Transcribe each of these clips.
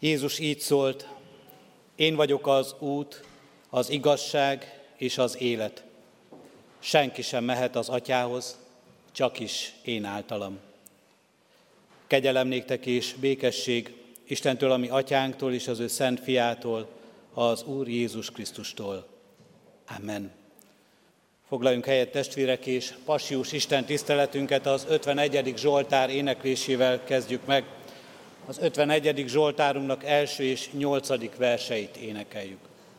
Jézus így szólt: én vagyok az út, az igazság és az élet. Senki sem mehet az Atyához, csak is én általam. Kegyelem néktek és békesség Istentől, a mi Atyánktól és az ő Szent Fiától, az Úr Jézus Krisztustól. Amen. Foglaljunk helyet, testvérek, és passiós Isten tiszteletünket az 51. Zsoltár éneklésével kezdjük meg. Az 51. Zsoltárunknak első és 8. verseit énekeljük.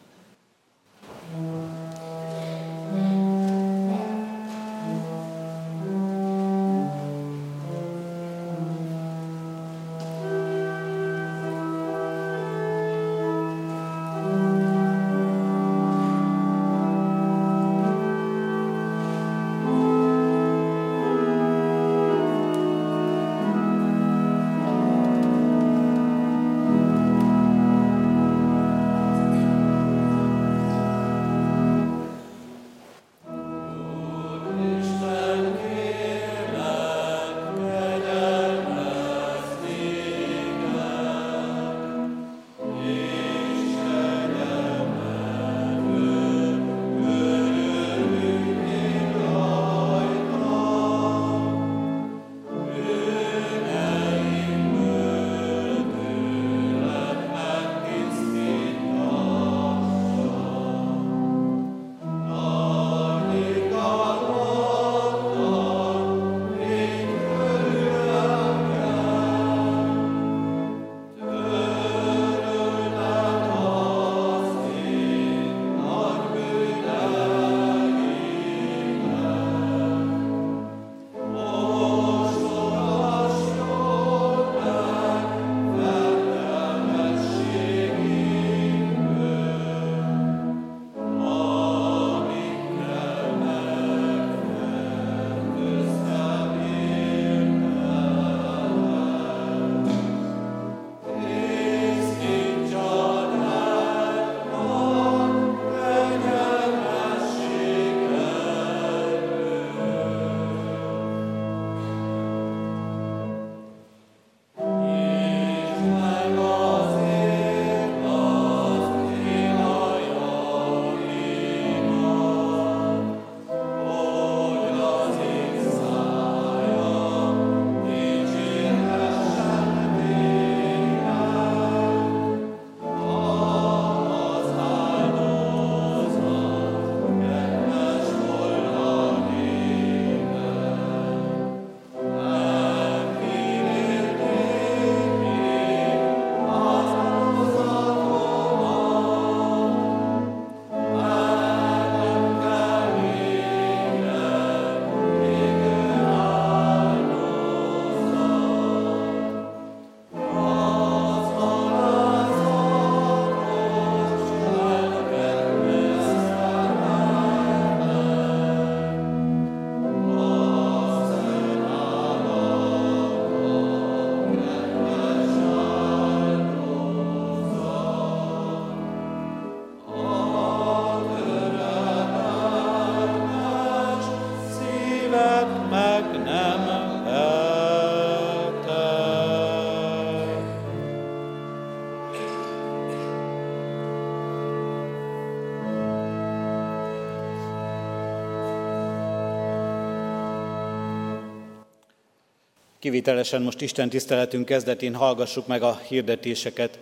Kivételesen most Isten tiszteletünk kezdetén hallgassuk meg a hirdetéseket.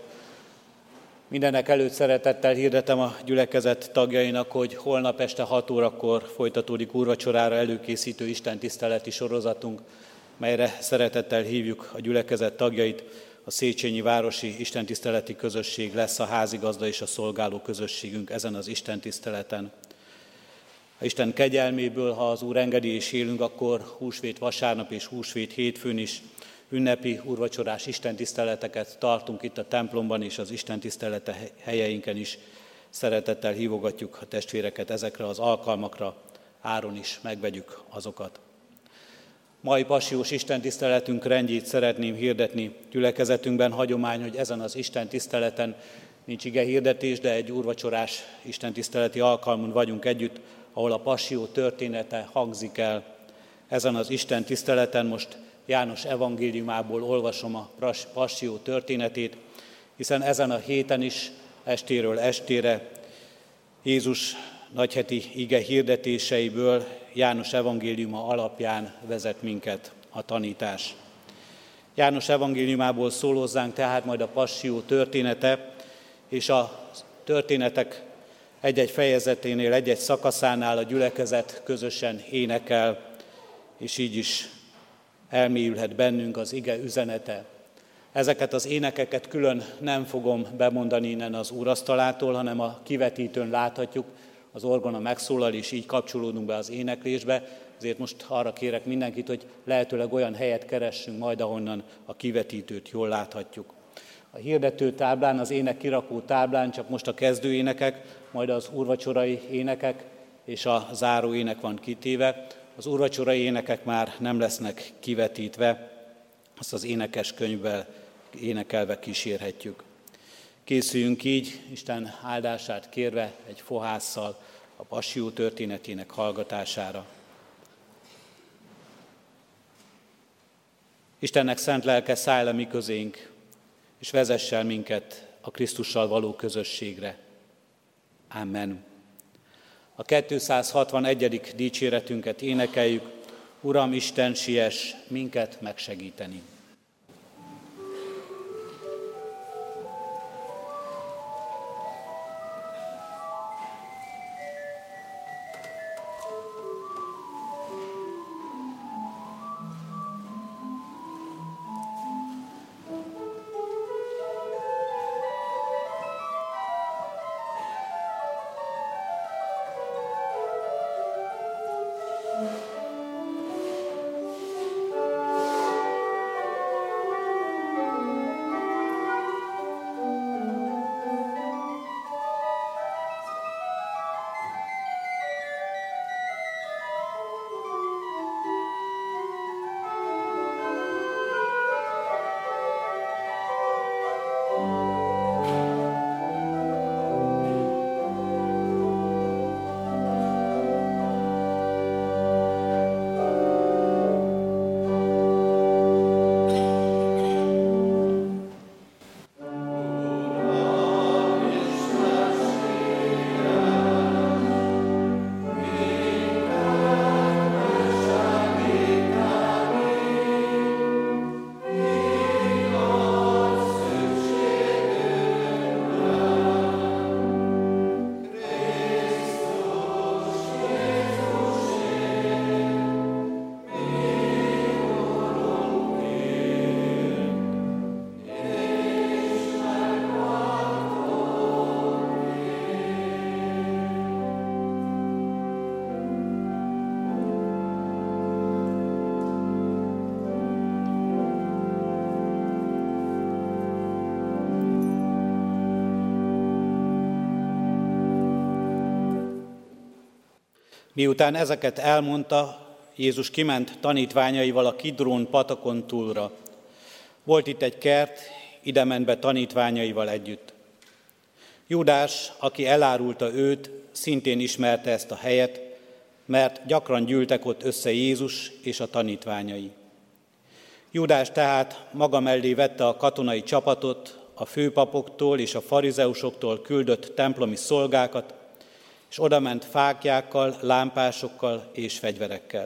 Mindenek előtt szeretettel hirdetem a gyülekezet tagjainak, hogy holnap este 6 órakor folytatódik úrvacsorára előkészítő Isten tiszteleti sorozatunk, melyre szeretettel hívjuk a gyülekezet tagjait. A Széchenyi Városi Istentiszteleti Közösség lesz a házigazda és a szolgáló közösségünk ezen az istentiszteleten. Ha Isten kegyelméből, ha az Úr engedi és élünk, akkor húsvét vasárnap és húsvét hétfőn is ünnepi úrvacsorás istentiszteleteket tartunk itt a templomban és az istentisztelete helyeinken is. Szeretettel hívogatjuk a testvéreket ezekre az alkalmakra, áron is megvegyük azokat. Mai passiós istentiszteletünk rendjét szeretném hirdetni. Gyülekezetünkben hagyomány, hogy ezen az istentiszteleten nincs ige hirdetés, de egy úrvacsorás istentiszteleti alkalmon vagyunk együtt, ahol a passzió története hangzik el. Ezen az istentiszteleten most János evangéliumából olvasom a passzió történetét, hiszen ezen a héten is estéről estére Jézus nagyheti ige hirdetéseiből, János evangéliuma alapján vezet minket a tanítás. János evangéliumából szól hozzánk tehát majd a passzió története, és a történetek egy-egy fejezeténél, egy-egy szakaszánál a gyülekezet közösen énekel, és így is elmélyülhet bennünk az ige üzenete. Ezeket az énekeket külön nem fogom bemondani innen az úrasztalától, hanem a kivetítőn láthatjuk, az orgona megszólal, és így kapcsolódunk be az éneklésbe. Ezért most arra kérek mindenkit, hogy lehetőleg olyan helyet keressünk majd, ahonnan a kivetítőt jól láthatjuk. A hirdető táblán, az ének kirakó táblán csak most a kezdő énekek, majd az úrvacsorai énekek és a záró ének van kitéve. Az úrvacsorai énekek már nem lesznek kivetítve, azt az énekes könyvvel énekelve kísérhetjük. Készüljünk így, Isten áldását kérve egy fohásszal a passzió történetének hallgatására. Istennek szent lelke, szállj le mi közénk, és vezess el minket a Krisztussal való közösségre. Amen. A 261. dicséretünket énekeljük. Uram Isten, siess minket megsegíteni. Miután ezeket elmondta, Jézus kiment tanítványaival a Kidrón patakon túlra. Volt itt egy kert, ide ment be tanítványaival együtt. Júdás, aki elárulta őt, szintén ismerte ezt a helyet, mert gyakran gyűltek ott össze Jézus és a tanítványai. Júdás tehát maga mellé vette a katonai csapatot, a főpapoktól és a farizeusoktól küldött templomi szolgákat, és odament fáklyákkal, lámpásokkal és fegyverekkel.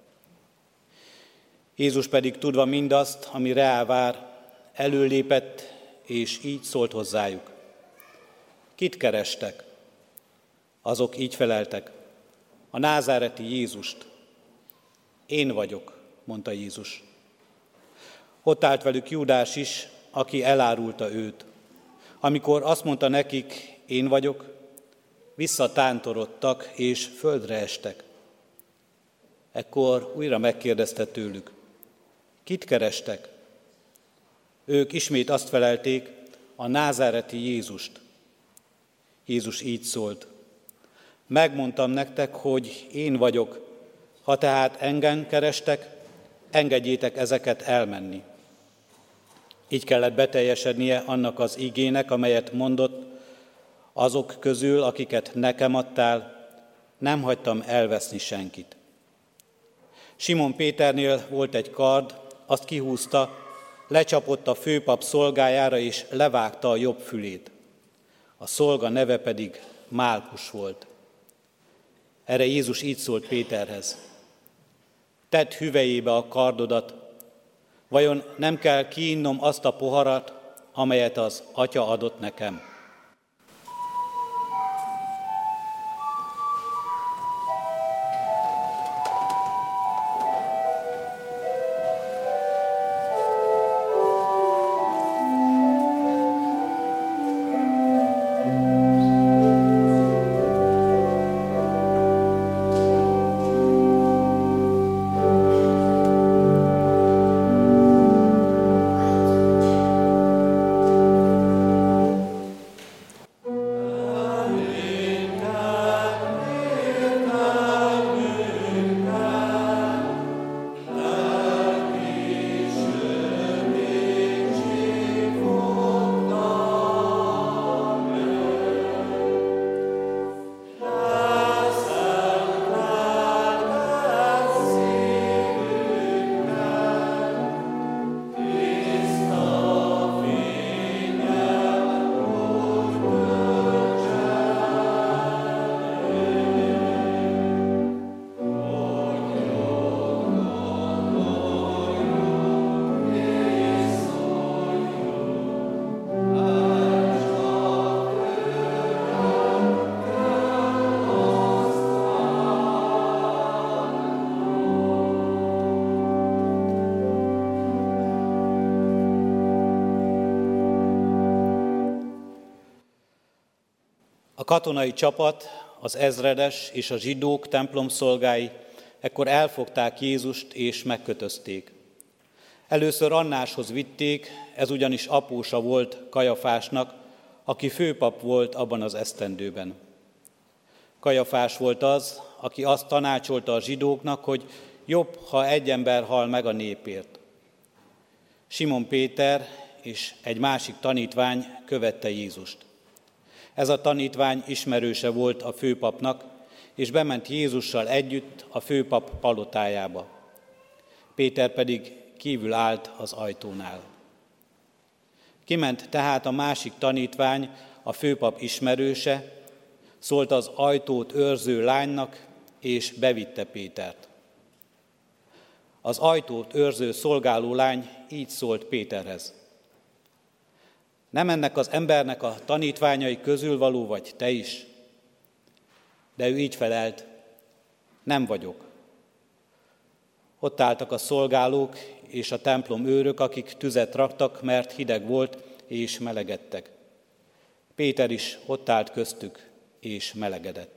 Jézus pedig tudva mindazt, ami reá vár, előlépett, és így szólt hozzájuk. Kit kerestek? Azok így feleltek, a názáreti Jézust. Én vagyok, mondta Jézus. Ott állt velük Júdás is, aki elárulta őt. Amikor azt mondta nekik, én vagyok, visszatántorodtak és földre estek. Ekkor újra megkérdezte tőlük, kit kerestek? Ők ismét azt felelték, a názáreti Jézust. Jézus így szólt, megmondtam nektek, hogy én vagyok, ha tehát engem kerestek, engedjétek ezeket elmenni. Így kellett beteljesednie annak az igének, amelyet mondott, azok közül, akiket nekem adtál, nem hagytam elveszni senkit. Simon Péternél volt egy kard, azt kihúzta, lecsapott a főpap szolgájára, és levágta a jobb fülét. A szolga neve pedig Málkus volt. Erre Jézus így szólt Péterhez: tedd hüvelyébe a kardodat, vajon nem kell kiinnom azt a poharat, amelyet az Atya adott nekem? A katonai csapat, az ezredes és a zsidók templomszolgái ekkor elfogták Jézust és megkötözték. Először Annáshoz vitték, ez ugyanis apósa volt Kajafásnak, aki főpap volt abban az esztendőben. Kajafás volt az, aki azt tanácsolta a zsidóknak, hogy jobb, ha egy ember hal meg a népért. Simon Péter és egy másik tanítvány követte Jézust. Ez a tanítvány ismerőse volt a főpapnak, és bement Jézussal együtt a főpap palotájába. Péter pedig kívül állt az ajtónál. Kiment tehát a másik tanítvány, a főpap ismerőse, szólt az ajtót őrző lánynak, és bevitte Pétert. Az ajtót őrző szolgáló lány így szólt Péterhez: nem ennek az embernek a tanítványai közül való vagy te is? De ő így felelt: nem vagyok. Ott álltak a szolgálók és a templom őrök, akik tüzet raktak, mert hideg volt, és melegedtek. Péter is ott állt köztük, és melegedett.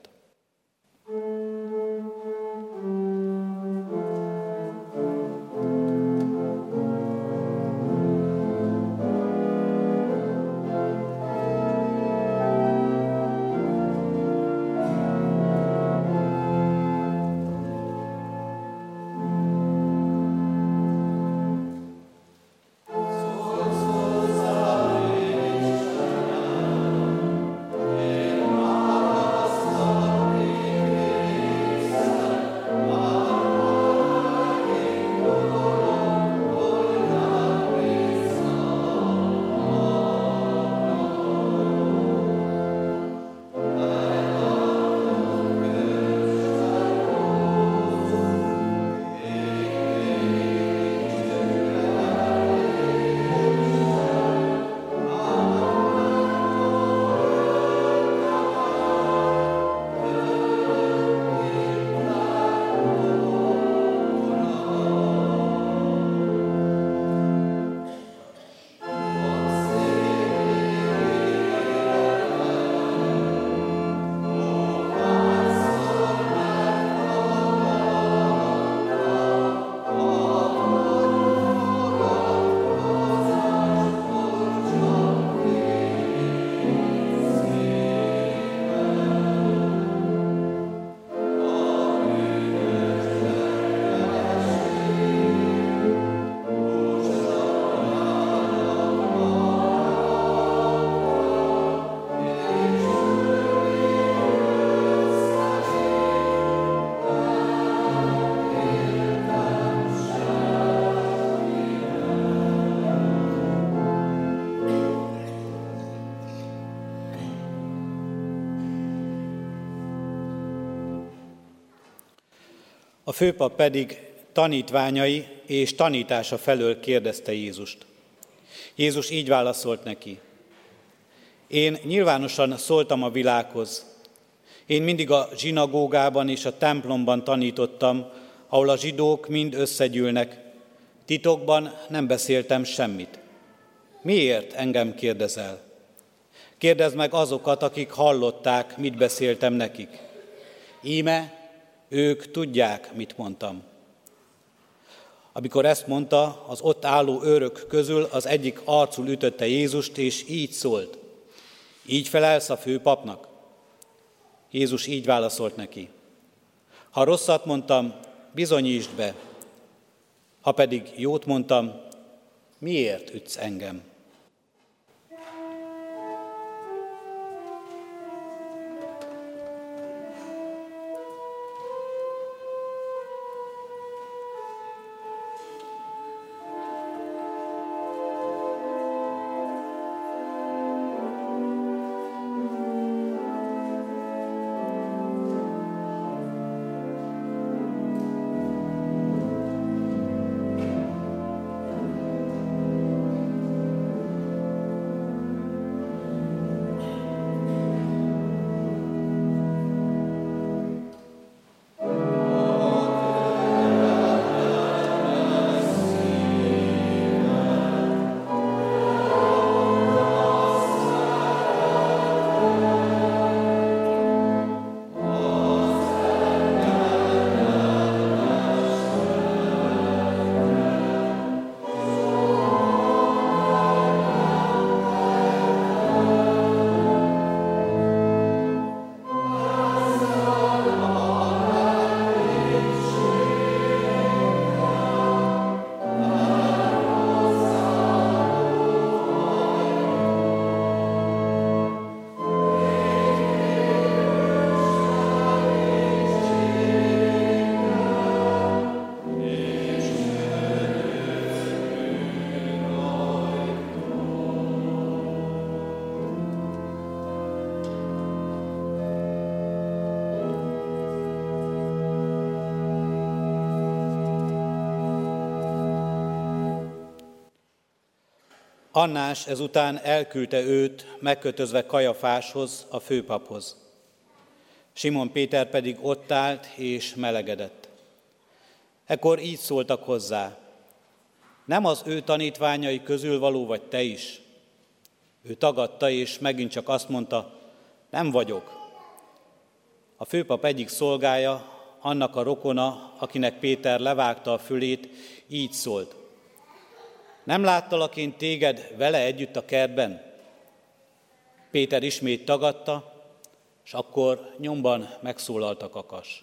A főpap pedig tanítványai és tanítása felől kérdezte Jézust. Jézus így válaszolt neki: Én nyilvánosan szóltam a világhoz. Én mindig a zsinagógában és a templomban tanítottam, ahol a zsidók mind összegyűlnek. Titokban nem beszéltem semmit. Miért engem kérdezel? Kérdezd meg azokat, akik hallották, mit beszéltem nekik. Íme, ők tudják, mit mondtam. Amikor ezt mondta, az ott álló őrök közül az egyik arcul ütötte Jézust, és így szólt: Így felelsz a főpapnak? Jézus így válaszolt neki: Ha rosszat mondtam, bizonyítsd be. Ha pedig jót mondtam, miért ütsz engem? Annás ezután elküldte őt, megkötözve Kajafáshoz, a főpaphoz. Simon Péter pedig ott állt és melegedett. Ekkor így szóltak hozzá: Nem az ő tanítványai közül való vagy te is? Ő tagadta, és megint csak azt mondta: Nem vagyok. A főpap egyik szolgája, annak a rokona, akinek Péter levágta a fülét, így szólt: Nem láttalak én téged vele együtt a kertben? Péter ismét tagadta, és akkor nyomban megszólalt a kakas.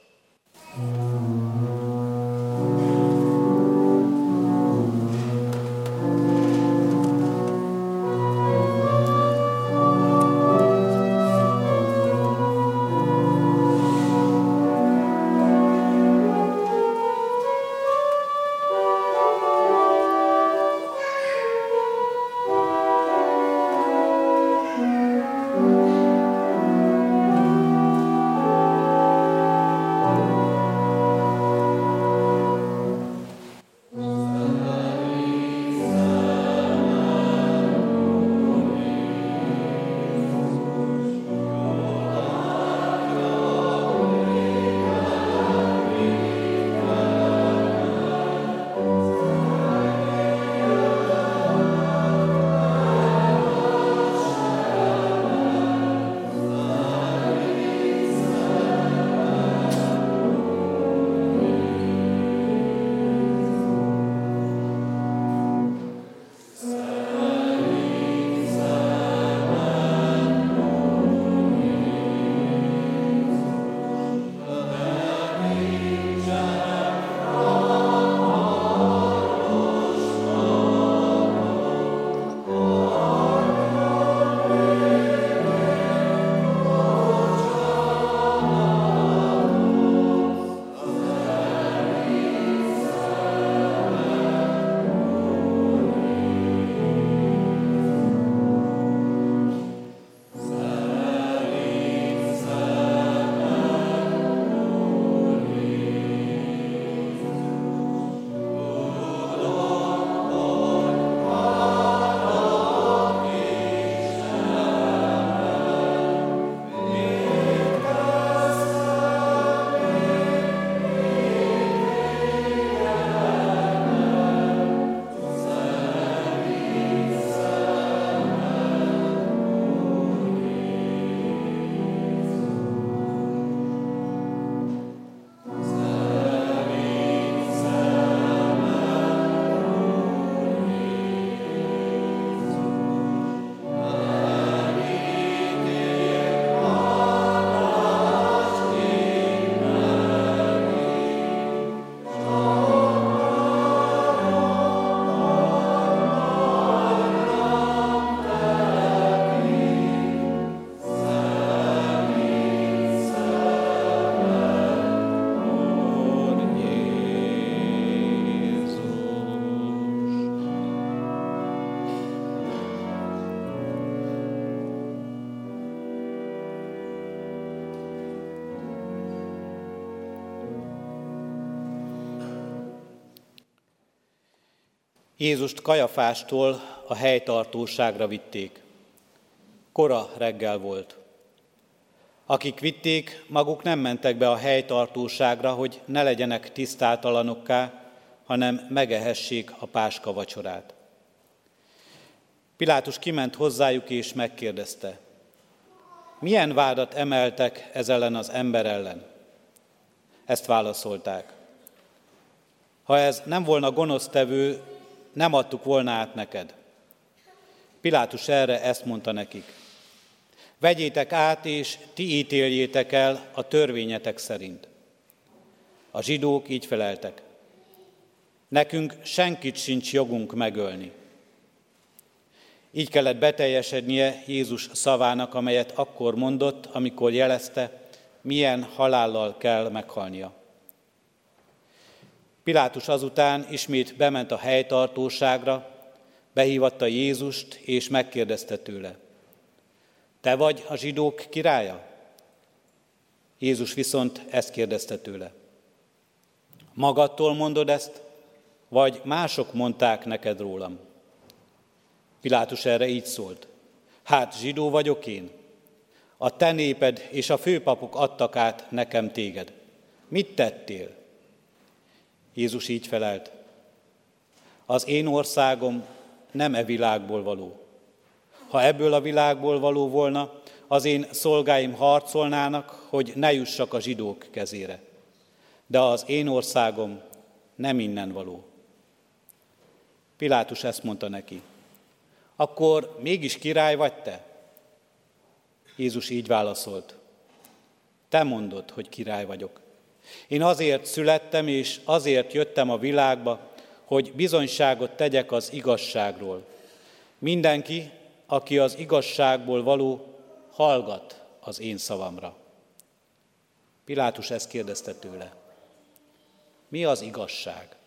Jézust Kajafástól a helytartóságra vitték. Kora reggel volt. Akik vitték, maguk nem mentek be a helytartóságra, hogy ne legyenek tisztátalanokká, hanem megehessék a páska vacsorát. Pilátus kiment hozzájuk és megkérdezte: milyen vádat emeltek ez ellen az ember ellen? Ezt válaszolták: ha ez nem volna gonosztevő, nem adtuk volna át neked. Pilátus erre ezt mondta nekik: vegyétek át, és ti ítéljétek el a törvényetek szerint. A zsidók így feleltek: nekünk senkit sincs jogunk megölni. Így kellett beteljesednie Jézus szavának, amelyet akkor mondott, amikor jelezte, milyen halállal kell meghalnia. Pilátus azután ismét bement a helytartóságra, behívatta Jézust, és megkérdezte tőle: te vagy a zsidók királya? Jézus viszont ezt kérdezte tőle: magadtól mondod ezt, vagy mások mondták neked rólam? Pilátus erre így szólt: hát zsidó vagyok én? A te néped és a főpapok adtak át nekem téged. Mit tettél? Jézus így felelt: az én országom nem e világból való. Ha ebből a világból való volna, az én szolgáim harcolnának, hogy ne jussak a zsidók kezére. De az én országom nem innen való. Pilátus ezt mondta neki: akkor mégis király vagy te? Jézus így válaszolt: te mondod, hogy király vagyok. Én azért születtem, és azért jöttem a világba, hogy bizonyságot tegyek az igazságról. Mindenki, aki az igazságból való, hallgat az én szavamra. Pilátus ezt kérdezte tőle: mi az igazság?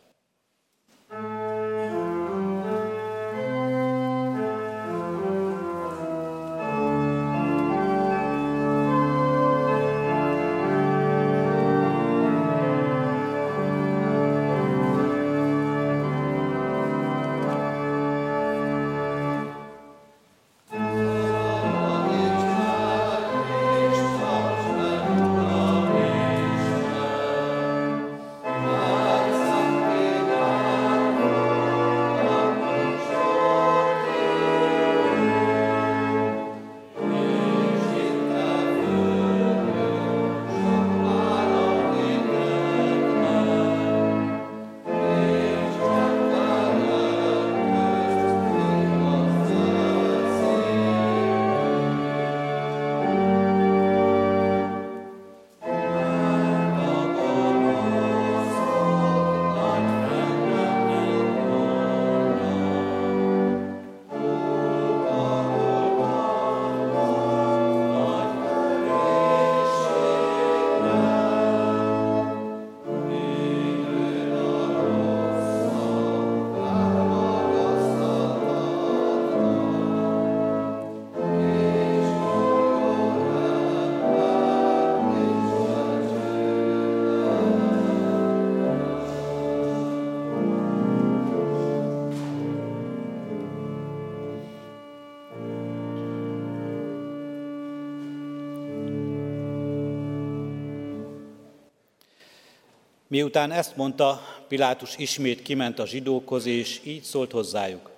Miután ezt mondta, Pilátus ismét kiment a zsidókhoz, és így szólt hozzájuk: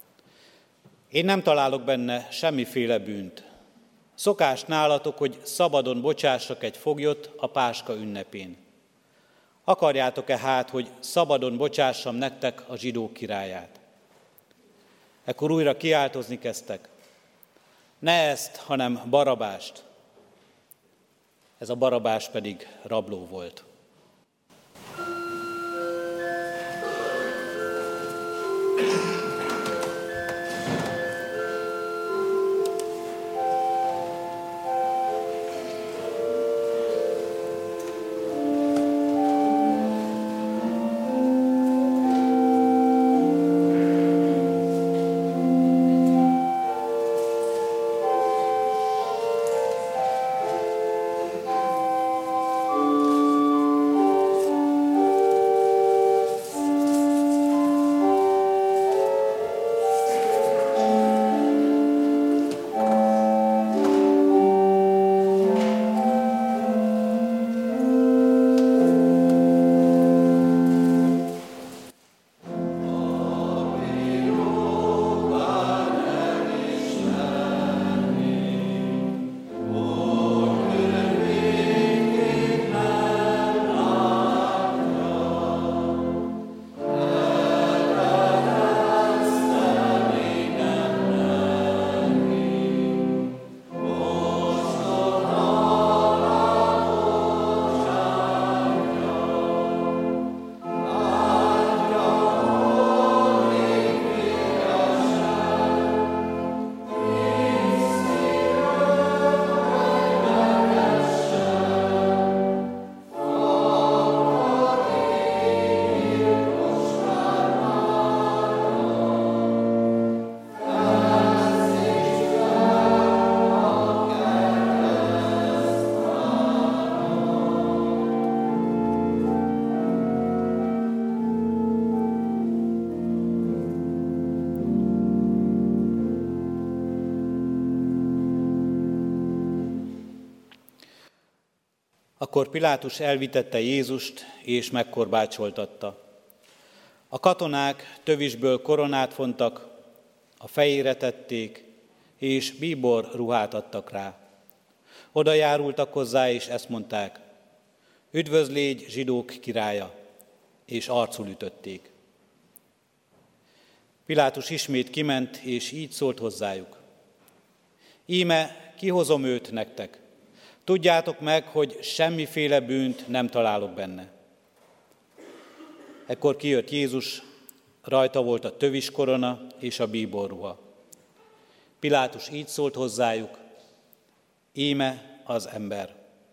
én nem találok benne semmiféle bűnt. Szokás nálatok, hogy szabadon bocsássak egy foglyot a Páska ünnepén. Akarjátok-e hát, hogy szabadon bocsássam nektek a zsidók királyát? Ekkor újra kiáltozni kezdtek: ne ezt, hanem Barabást. Ez a Barabás pedig rabló volt. Akkor Pilátus elvitette Jézust, és megkorbácsoltatta. A katonák tövisből koronát fontak, a fejére tették, és bíbor ruhát adtak rá. Oda járultak hozzá, és ezt mondták: üdvözlégy, zsidók királya, és arcul ütötték. Pilátus ismét kiment, és így szólt hozzájuk: íme, kihozom őt nektek. Tudjátok meg, hogy semmiféle bűnt nem találok benne. Ekkor kijött Jézus, rajta volt a töviskorona és a bíborruha. Pilátus így szólt hozzájuk: íme az ember.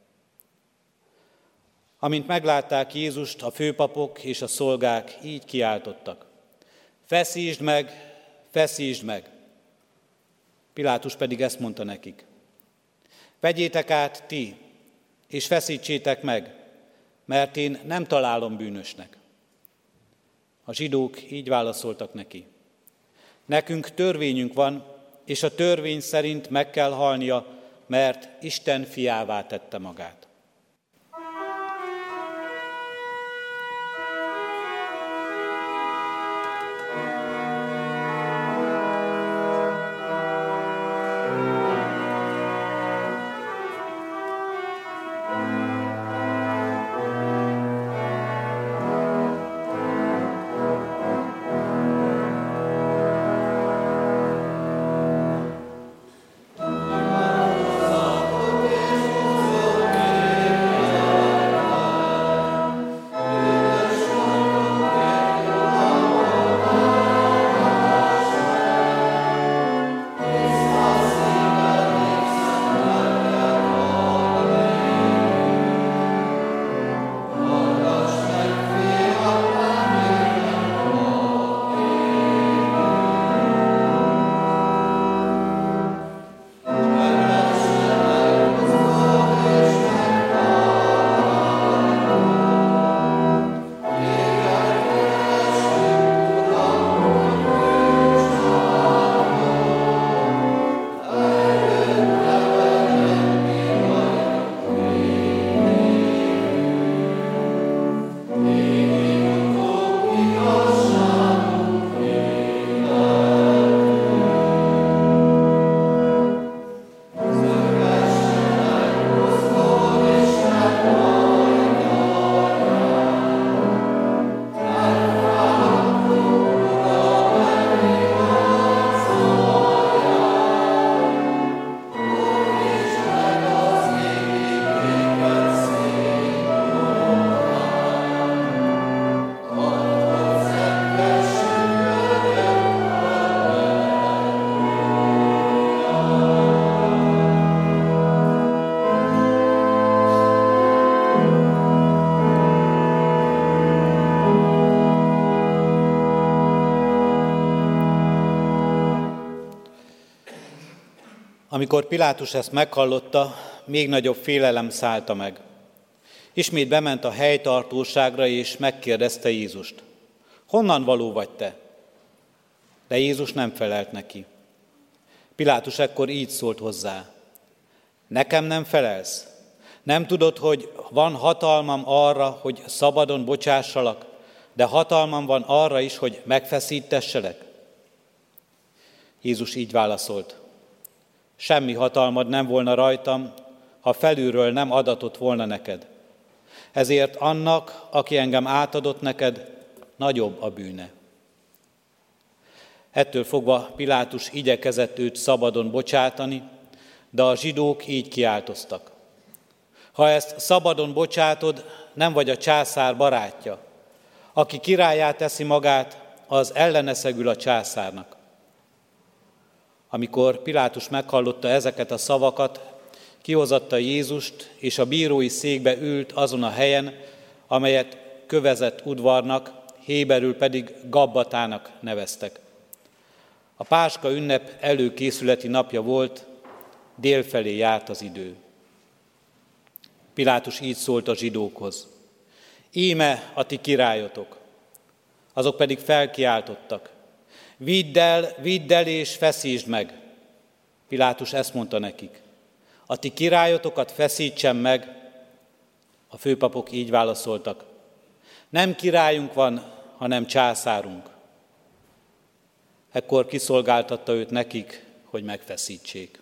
Amint meglátták Jézust, a főpapok és a szolgák így kiáltottak: feszítsd meg, feszítsd meg! Pilátus pedig ezt mondta nekik: vegyétek át ti, és feszítsétek meg, mert én nem találom bűnösnek. A zsidók így válaszoltak neki: nekünk törvényünk van, és a törvény szerint meg kell halnia, mert Isten fiává tette magát. Amikor Pilátus ezt meghallotta, még nagyobb félelem szállta meg. Ismét bement a helytartóságra, és megkérdezte Jézust: honnan való vagy te? De Jézus nem felelt neki. Pilátus ekkor így szólt hozzá: nekem nem felelsz? Nem tudod, hogy van hatalmam arra, hogy szabadon bocsássalak, de hatalmam van arra is, hogy megfeszítesselek? Jézus így válaszolt: semmi hatalmad nem volna rajtam, ha felülről nem adatott volna neked. Ezért annak, aki engem átadott neked, nagyobb a bűne. Ettől fogva Pilátus igyekezett őt szabadon bocsátani, de a zsidók így kiáltoztak: ha ezt szabadon bocsátod, nem vagy a császár barátja. Aki királlyá teszi magát, az ellene szegül a császárnak. Amikor Pilátus meghallotta ezeket a szavakat, kihozatta Jézust, és a bírói székbe ült azon a helyen, amelyet kövezett udvarnak, héberül pedig Gabbatának neveztek. A Páska ünnep előkészületi napja volt, délfelé járt az idő. Pilátus így szólt a zsidókhoz: íme a ti királyotok. Azok pedig felkiáltottak: vidd el és feszítsd meg. Pilátus ezt mondta nekik: a ti királyotokat feszítsem meg, A főpapok így válaszoltak: nem királyunk van, hanem császárunk. Ekkor kiszolgáltatta őt nekik, hogy megfeszítsék.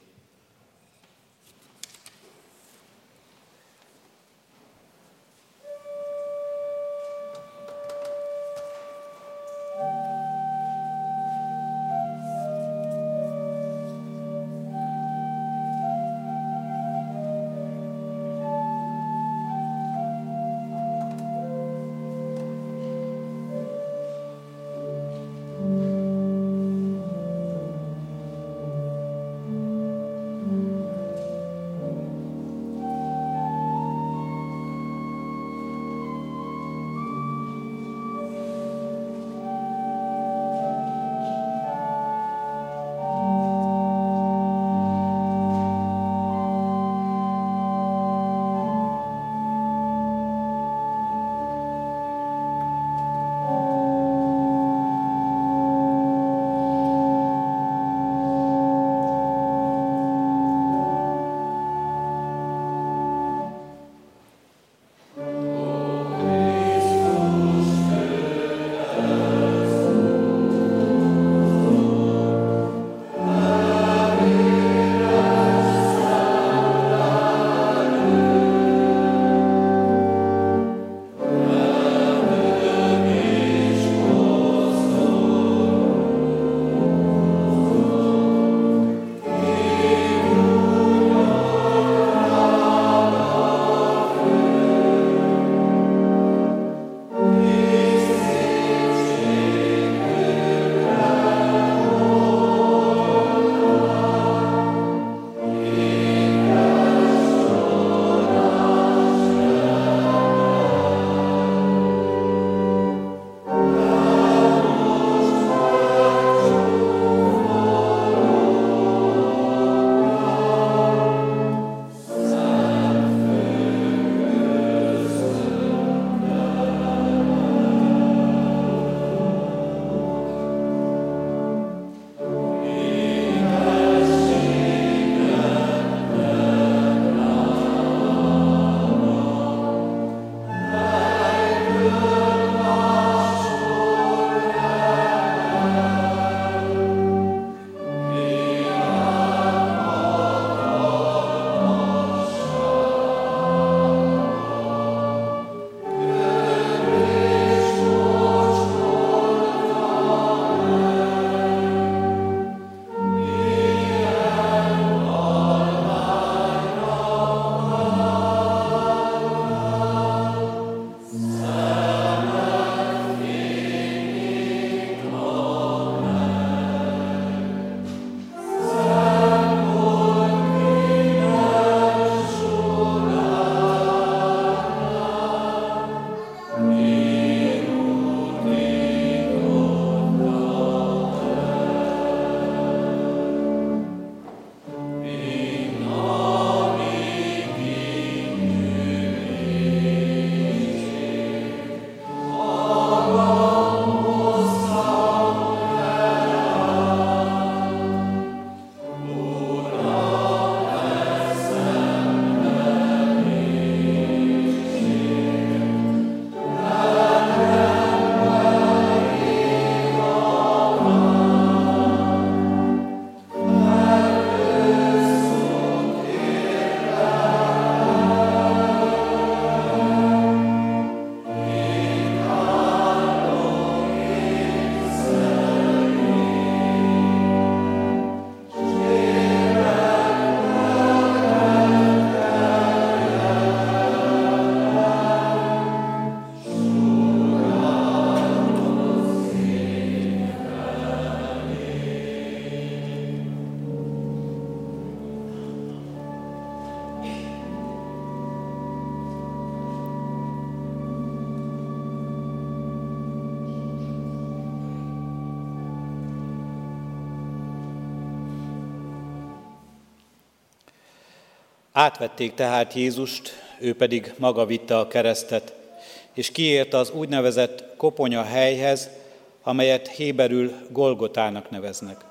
Átvették tehát Jézust, ő pedig maga vitte a keresztet, és kiért az úgynevezett koponya helyhez, amelyet héberül Golgotának neveznek.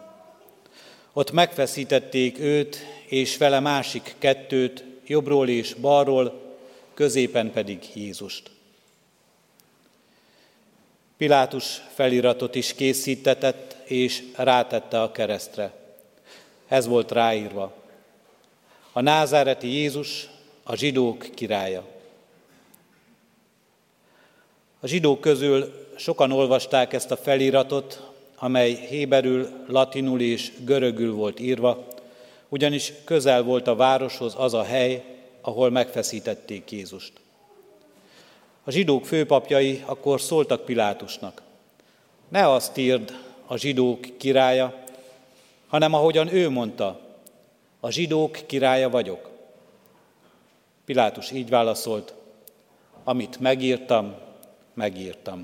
Ott megfeszítették őt, és vele másik kettőt, jobbról és balról, középen pedig Jézust. Pilátus feliratot is készítetett, és rátette a keresztre. Ez volt ráírva: a názáreti Jézus, a zsidók királya. A zsidók közül sokan olvasták ezt a feliratot, amely héberül, latinul és görögül volt írva, ugyanis közel volt a városhoz az a hely, ahol megfeszítették Jézust. A zsidók főpapjai akkor szóltak Pilátusnak: ne azt írd, a zsidók királya, hanem ahogyan ő mondta, a zsidók királya vagyok. Pilátus így válaszolt: amit megírtam, megírtam.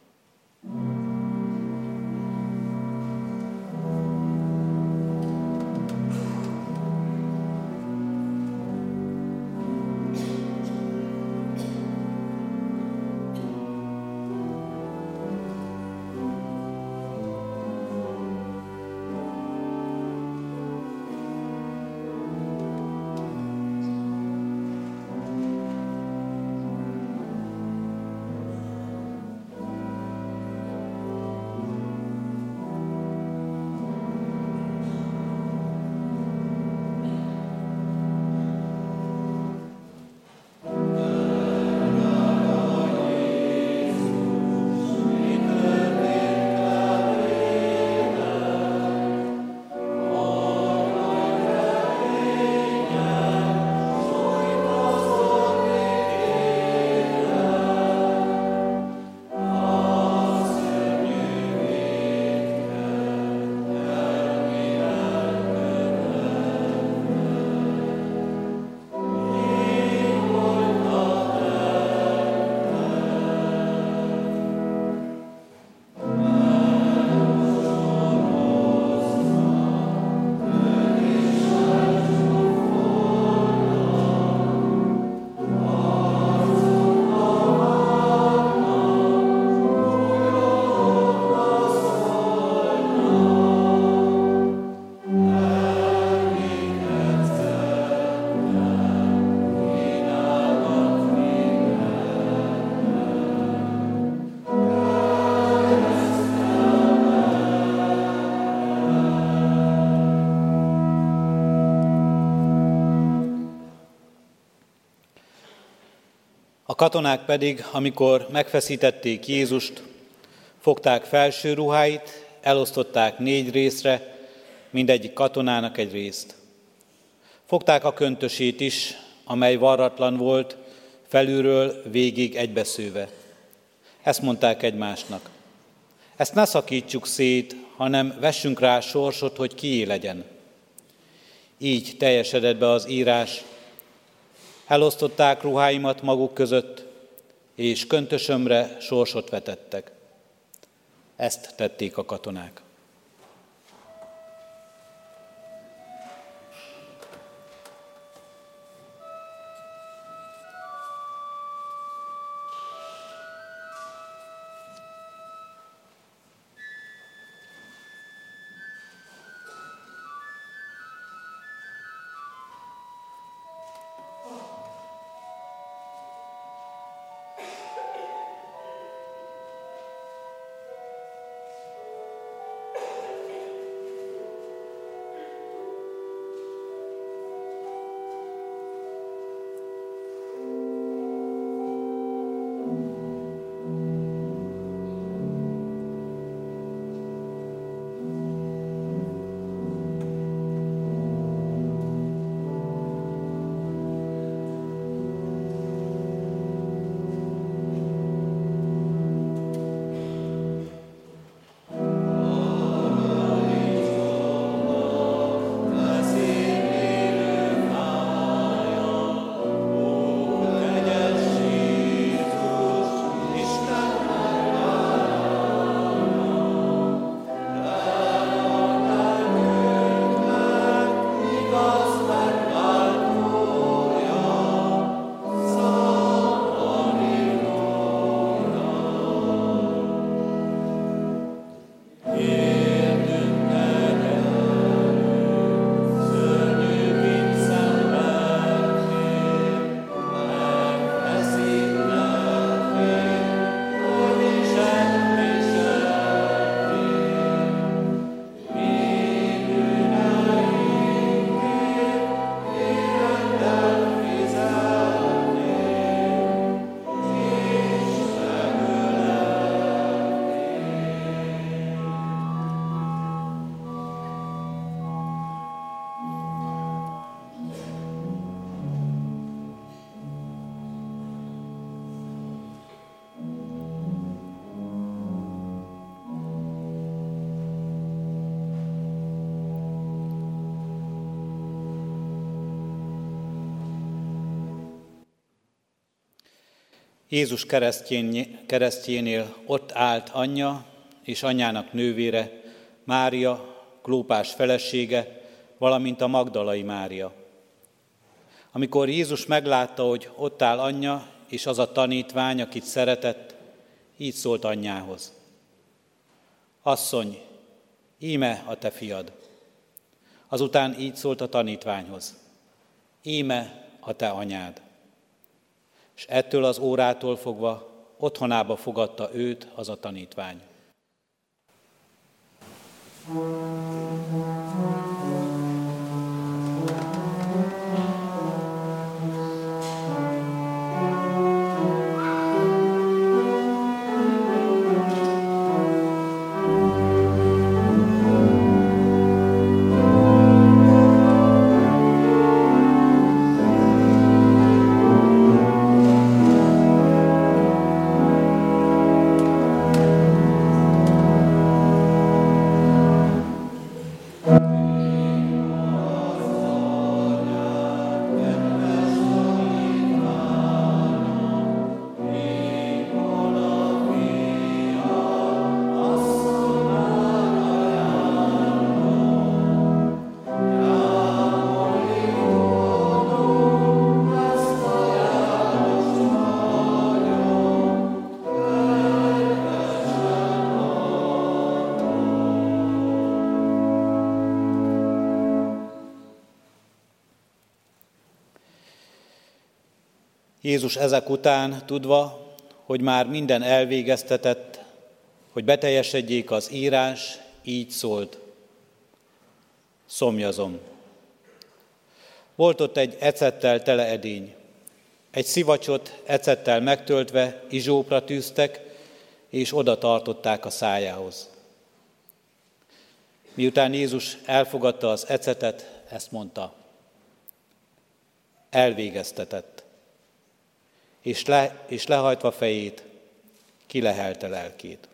A katonák pedig, amikor megfeszítették Jézust, fogták felső ruháit, elosztották 4 részre, mindegyik katonának egy részt. Fogták a köntösét is, amely varratlan volt, felülről végig egybeszőve. Ezt mondták egymásnak: ezt ne szakítsuk szét, hanem vessünk rá sorsot, hogy kié legyen. Így teljesedett be az írás: elosztották ruháimat maguk között, és köntösömre sorsot vetettek. Ezt tették a katonák. Jézus keresztjénél ott állt anyja és anyjának nővére, Mária, Klópás felesége, valamint a magdalai Mária. Amikor Jézus meglátta, hogy ott áll anyja és az a tanítvány, akit szeretett, így szólt anyjához: Asszony, íme a te fiad. Azután így szólt a tanítványhoz: Íme a te anyád. És ettől az órától fogva otthonába fogadta őt az a tanítvány. Jézus ezek után, tudva, hogy már minden elvégeztetett, hogy beteljesedjék az írás, így szólt: Szomjazom. Volt ott egy ecettel tele edény. Egy szivacsot ecettel megtöltve izsópra tűztek, és oda tartották a szájához. Miután Jézus elfogadta az ecetet, ezt mondta: Elvégeztetett. És lehajtva fejét, kilehelte lelkét.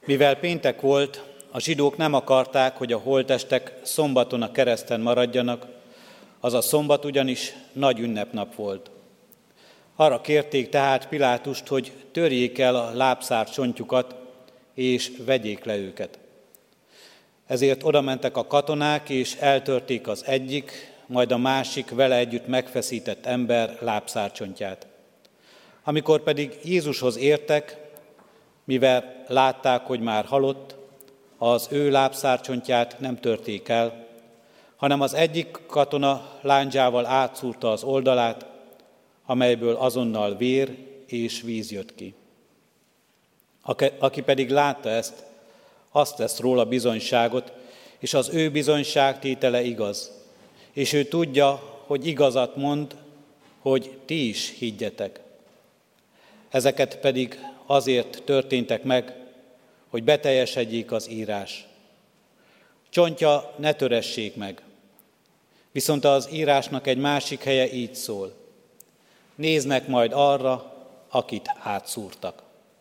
Mivel péntek volt, a zsidók nem akarták, hogy a holttestek szombaton a kereszten maradjanak, az a szombat ugyanis nagy ünnepnap volt. Arra kérték tehát Pilátust, hogy törjék el a lábszár csontjukat, és vegyék le őket. Ezért odamentek a katonák, és eltörték az egyik, majd a másik vele együtt megfeszített ember lábszárcsontját. Amikor pedig Jézushoz értek, mivel látták, hogy már halott, az ő lábszárcsontját nem törték el, hanem az egyik katona lándzsával átszúrta az oldalát, amelyből azonnal vér és víz jött ki. Aki pedig látta ezt, azt tesz róla bizonyságot, és az ő bizonyságtétele igaz. És ő tudja, hogy igazat mond, hogy ti is higgyetek. Ezeket pedig azért történtek meg, hogy beteljesedjék az írás. Csontja ne töressék meg. Viszont az írásnak egy másik helye így szól. Néznek majd arra, akit átszúrtak.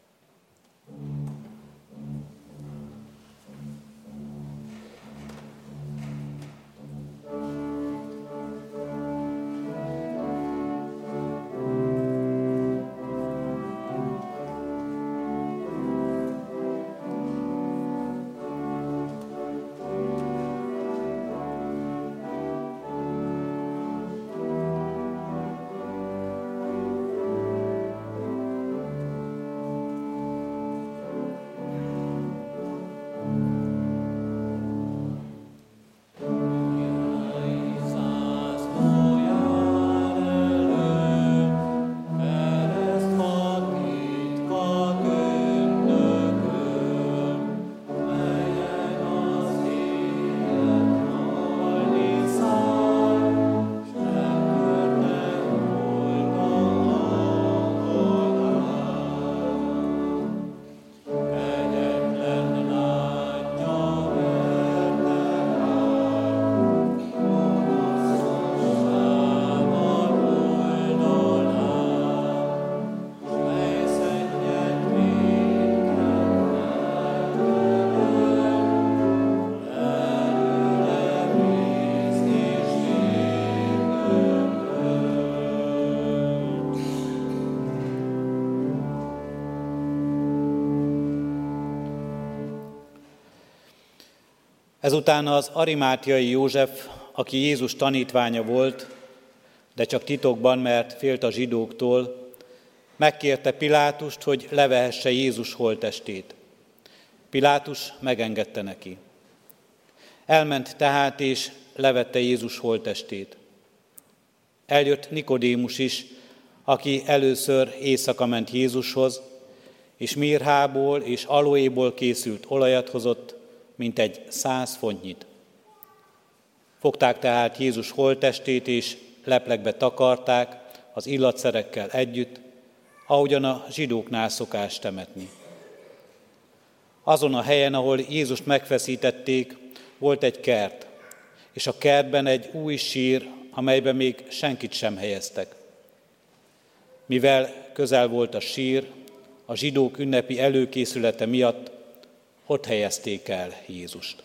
Ezután az arimátiai József, aki Jézus tanítványa volt, de csak titokban, mert félt a zsidóktól, megkérte Pilátust, hogy levehesse Jézus holttestét. Pilátus megengedte neki. Elment tehát, és levette Jézus holttestét. Eljött Nikodémus is, aki először éjszaka ment Jézushoz, és mirhából és aloéból készült olajat hozott, mintegy 100 fontnyit. Fogták tehát Jézus holttestét, és leplekbe takarták az illatszerekkel együtt, ahogyan a zsidóknál szokás temetni. Azon a helyen, ahol Jézust megfeszítették, volt egy kert, és a kertben egy új sír, amelyben még senkit sem helyeztek. Mivel közel volt a sír, a zsidók ünnepi előkészülete miatt ott helyezték el Jézust.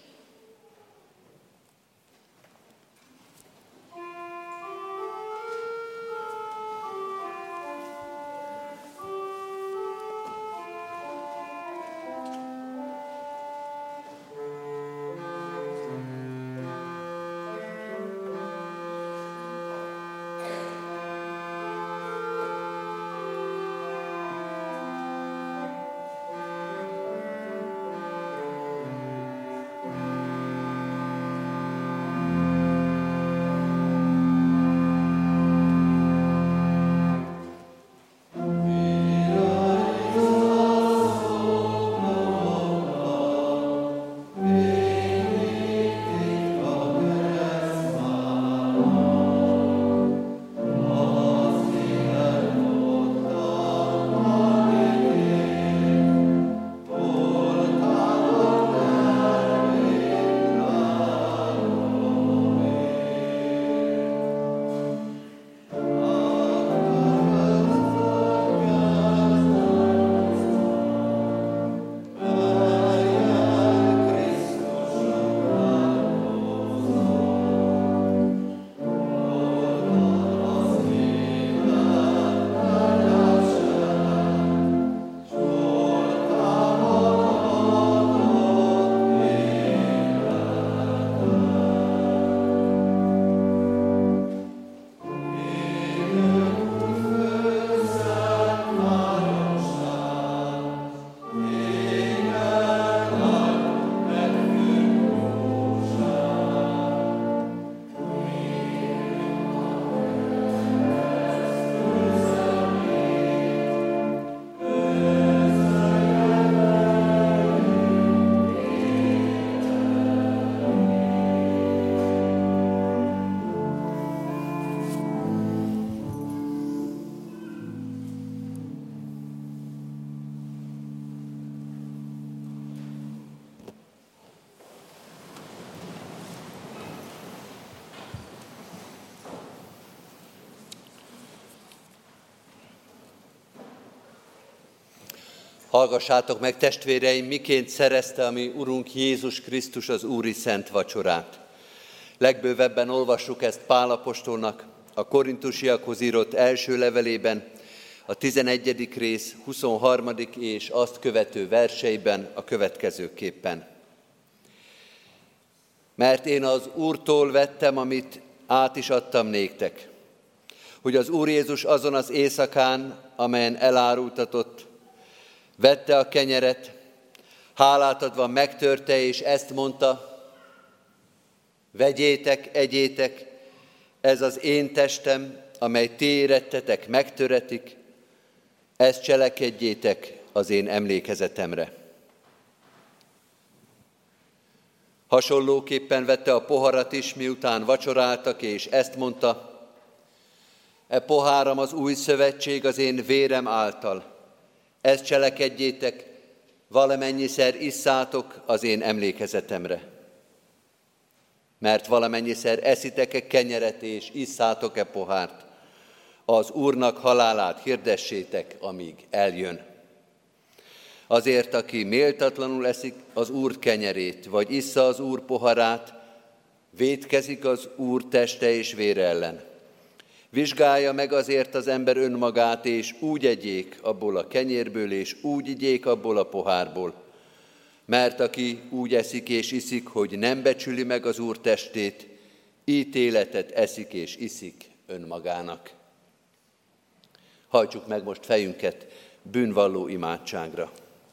Hallgassátok meg, testvéreim, miként szerezte a mi Urunk Jézus Krisztus az Úri Szent Vacsorát. Legbővebben olvassuk ezt Pál apostolnak a korintusiakhoz írott első levelében, a 11. rész 23. és azt követő verseiben a következőképpen. Mert én az Úrtól vettem, amit át is adtam néktek, hogy az Úr Jézus azon az éjszakán, amelyen elárultatott, vette a kenyeret, hálát adva megtörte, és ezt mondta: vegyétek, egyétek, ez az én testem, amely ti érettetek, megtöretik, ezt cselekedjétek az én emlékezetemre. Hasonlóképpen vette a poharat is, miután vacsoráltak, és ezt mondta: e poháram az új szövetség az én vérem által. Ezt cselekedjétek, valamennyiszer isszátok az én emlékezetemre. Mert valamennyiszer eszitek-e kenyeret és isszátok-e pohárt, az Úrnak halálát hirdessétek, amíg eljön. Azért, aki méltatlanul eszik az Úr kenyerét, vagy issza az Úr poharát, vétkezik az Úr teste és vére ellen. Vizsgálja meg azért az ember önmagát, és úgy egyék abból a kenyérből, és úgy igyék abból a pohárból. Mert aki úgy eszik és iszik, hogy nem becsüli meg az Úr testét, ítéletet eszik és iszik önmagának. Hajtsuk meg most fejünket bűnvalló imádságra.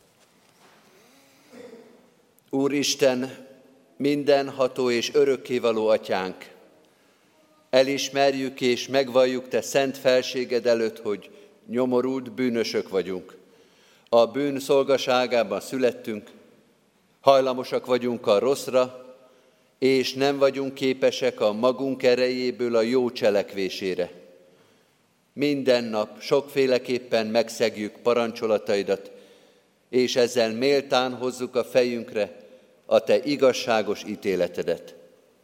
Úristen, mindenható és örökkévaló Atyánk, elismerjük és megvalljuk Te szent felséged előtt, hogy nyomorult bűnösök vagyunk. A bűn szolgaságában születtünk, hajlamosak vagyunk a rosszra, és nem vagyunk képesek a magunk erejéből a jó cselekvésére. Minden nap sokféleképpen megszegjük parancsolataidat, és ezzel méltán hozzuk a fejünkre a Te igazságos ítéletedet.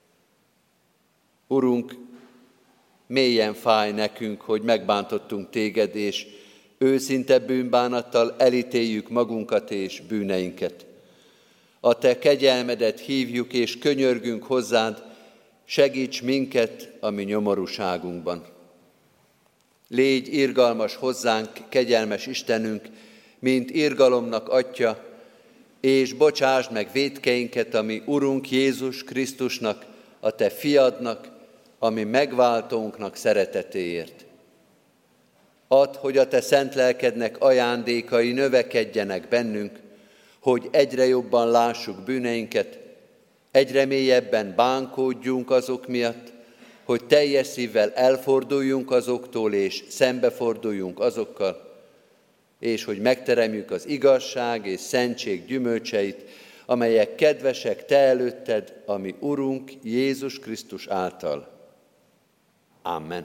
Urunk, mélyen fáj nekünk, hogy megbántottunk Téged, és őszinte bűnbánattal elítéljük magunkat és bűneinket. A Te kegyelmedet hívjuk és könyörgünk hozzád, segíts minket a mi nyomorúságunkban. Légy irgalmas hozzánk, kegyelmes Istenünk, mint irgalomnak Atya, és bocsásd meg vétkeinket a mi Urunk Jézus Krisztusnak, a Te fiadnak, a mi megváltónknak szeretetéért. Add, hogy a Te szent lelkednek ajándékai növekedjenek bennünk, hogy egyre jobban lássuk bűneinket, egyre mélyebben bánkódjunk azok miatt, hogy teljes szívvel elforduljunk azoktól, és szembeforduljunk azokkal, és hogy megteremjük az igazság és szentség gyümölcseit, amelyek kedvesek Te előtted, a mi Urunk Jézus Krisztus által. Amen.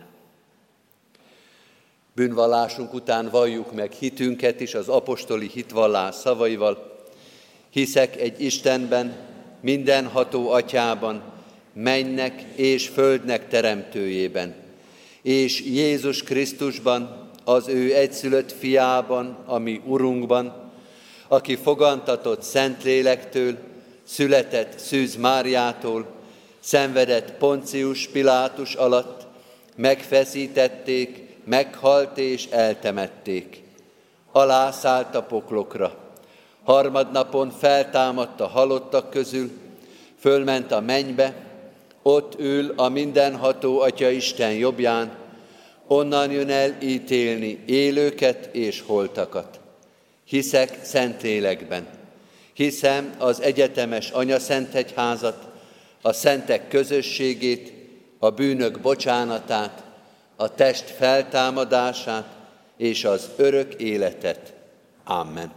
Bűnvallásunk után valljuk meg hitünket is az apostoli hitvallás szavaival. Hiszek egy Istenben, mindenható Atyában, mennynek és földnek teremtőjében, és Jézus Krisztusban, az ő egyszülött fiában, a mi Urunkban, aki fogantatott Szentlélektől, született Szűz Máriától, szenvedett Poncius Pilátus alatt, megfeszítették, meghalt és eltemették. Alászállt a poklokra. Harmadnapon feltámadt a halottak közül, fölment a mennybe, ott ül a mindenható Atya Isten jobbján, onnan jön el ítélni élőket és holtakat. Hiszek Szentlélekben, hiszem az egyetemes anyaszentegyházat, a szentek közösségét, a bűnök bocsánatát, a test feltámadását és az örök életet. Amen.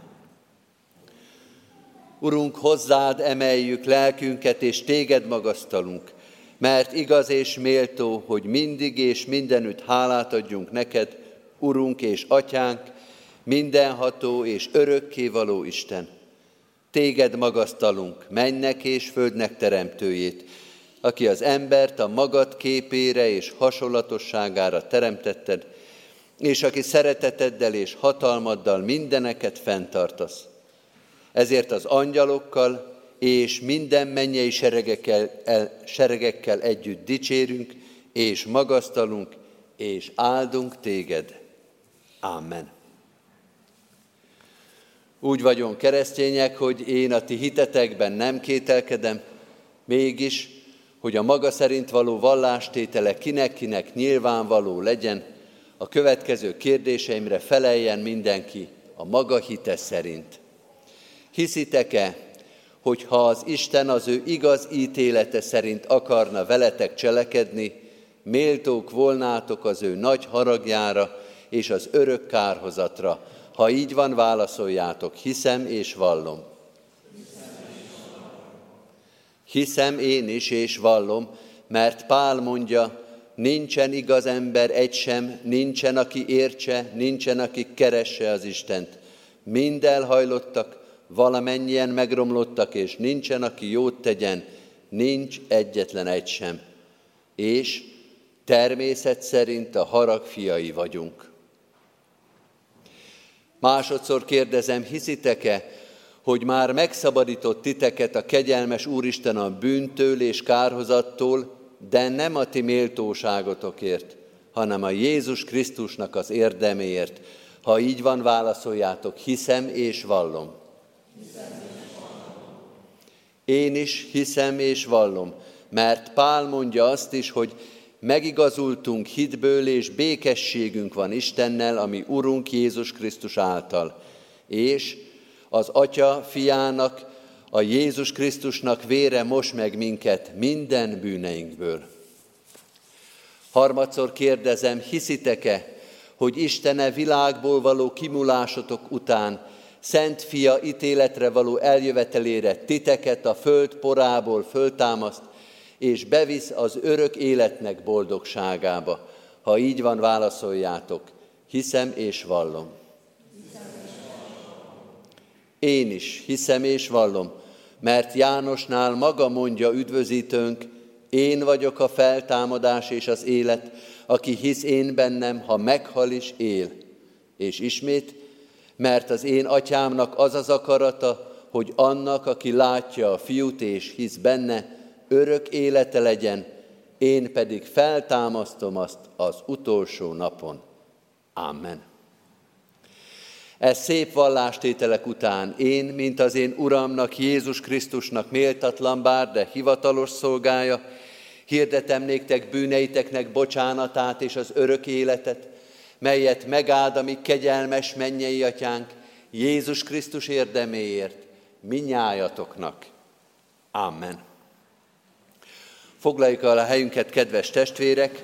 Urunk, hozzád emeljük lelkünket, és téged magasztalunk, mert igaz és méltó, hogy mindig és mindenütt hálát adjunk neked, Urunk és Atyánk, mindenható és örökkévaló Isten. Téged magasztalunk, mennynek és földnek teremtőjét, aki az embert a magad képére és hasonlatosságára teremtetted, és aki szereteteddel és hatalmaddal mindeneket fenntartasz. Ezért az angyalokkal és minden mennyei seregekkel együtt dicsérünk, és magasztalunk, és áldunk téged. Amen. Úgy vagyunk keresztények, hogy én a ti hitetekben nem kételkedem, mégis, hogy a maga szerint való vallástétele kinek-kinek nyilvánvaló legyen, a következő kérdéseimre feleljen mindenki a maga hite szerint. Hiszitek-e, hogy ha az Isten az ő igaz ítélete szerint akarna veletek cselekedni, méltók volnátok az ő nagy haragjára és az örök kárhozatra? Ha így van, válaszoljátok, hiszem és vallom. Hiszem én is és vallom, mert Pál mondja, nincsen igaz ember egy sem, nincsen, aki értse, nincsen, aki keresse az Istent. Mind elhajlottak, valamennyien megromlottak, és nincsen, aki jót tegyen, nincs egyetlen egy sem. És természet szerint a harag fiai vagyunk. Másodszor kérdezem, hiszitek-e, hogy már megszabadított titeket a kegyelmes Úristen a bűntől és kárhozattól, de nem a ti méltóságotokért, hanem a Jézus Krisztusnak az érdeméért. Ha így van, válaszoljátok, hiszem és vallom. Én is hiszem és vallom, mert Pál mondja azt is, hogy megigazultunk hitből, és békességünk van Istennel, ami Urunk Jézus Krisztus által. És az Atya fiának, a Jézus Krisztusnak vére mos meg minket minden bűneinkből. Harmadszor kérdezem, hiszitek-e, hogy Istene világból való kimulásotok után Szent Fia ítéletre való eljövetelére titeket a föld porából föltámaszt, és bevisz az örök életnek boldogságába? Ha így van, válaszoljátok, hiszem és vallom. Én is hiszem és vallom, mert Jánosnál maga mondja üdvözítőnk, én vagyok a feltámadás és az élet, aki hisz én bennem, ha meghal is él. És ismét, mert az én atyámnak az az akarata, hogy annak, aki látja a fiút és hisz benne, örök élete legyen, én pedig feltámasztom azt az utolsó napon. Amen. E szép vallástételek után én, mint az én Uramnak, Jézus Krisztusnak méltatlan bár, de hivatalos szolgája, hirdetem néktek bűneiteknek bocsánatát és az örök életet, melyet megáld a mi kegyelmes mennyei atyánk, Jézus Krisztus érdeméért, minnyájatoknak. Amen. Foglaljuk el a helyünket, kedves testvérek,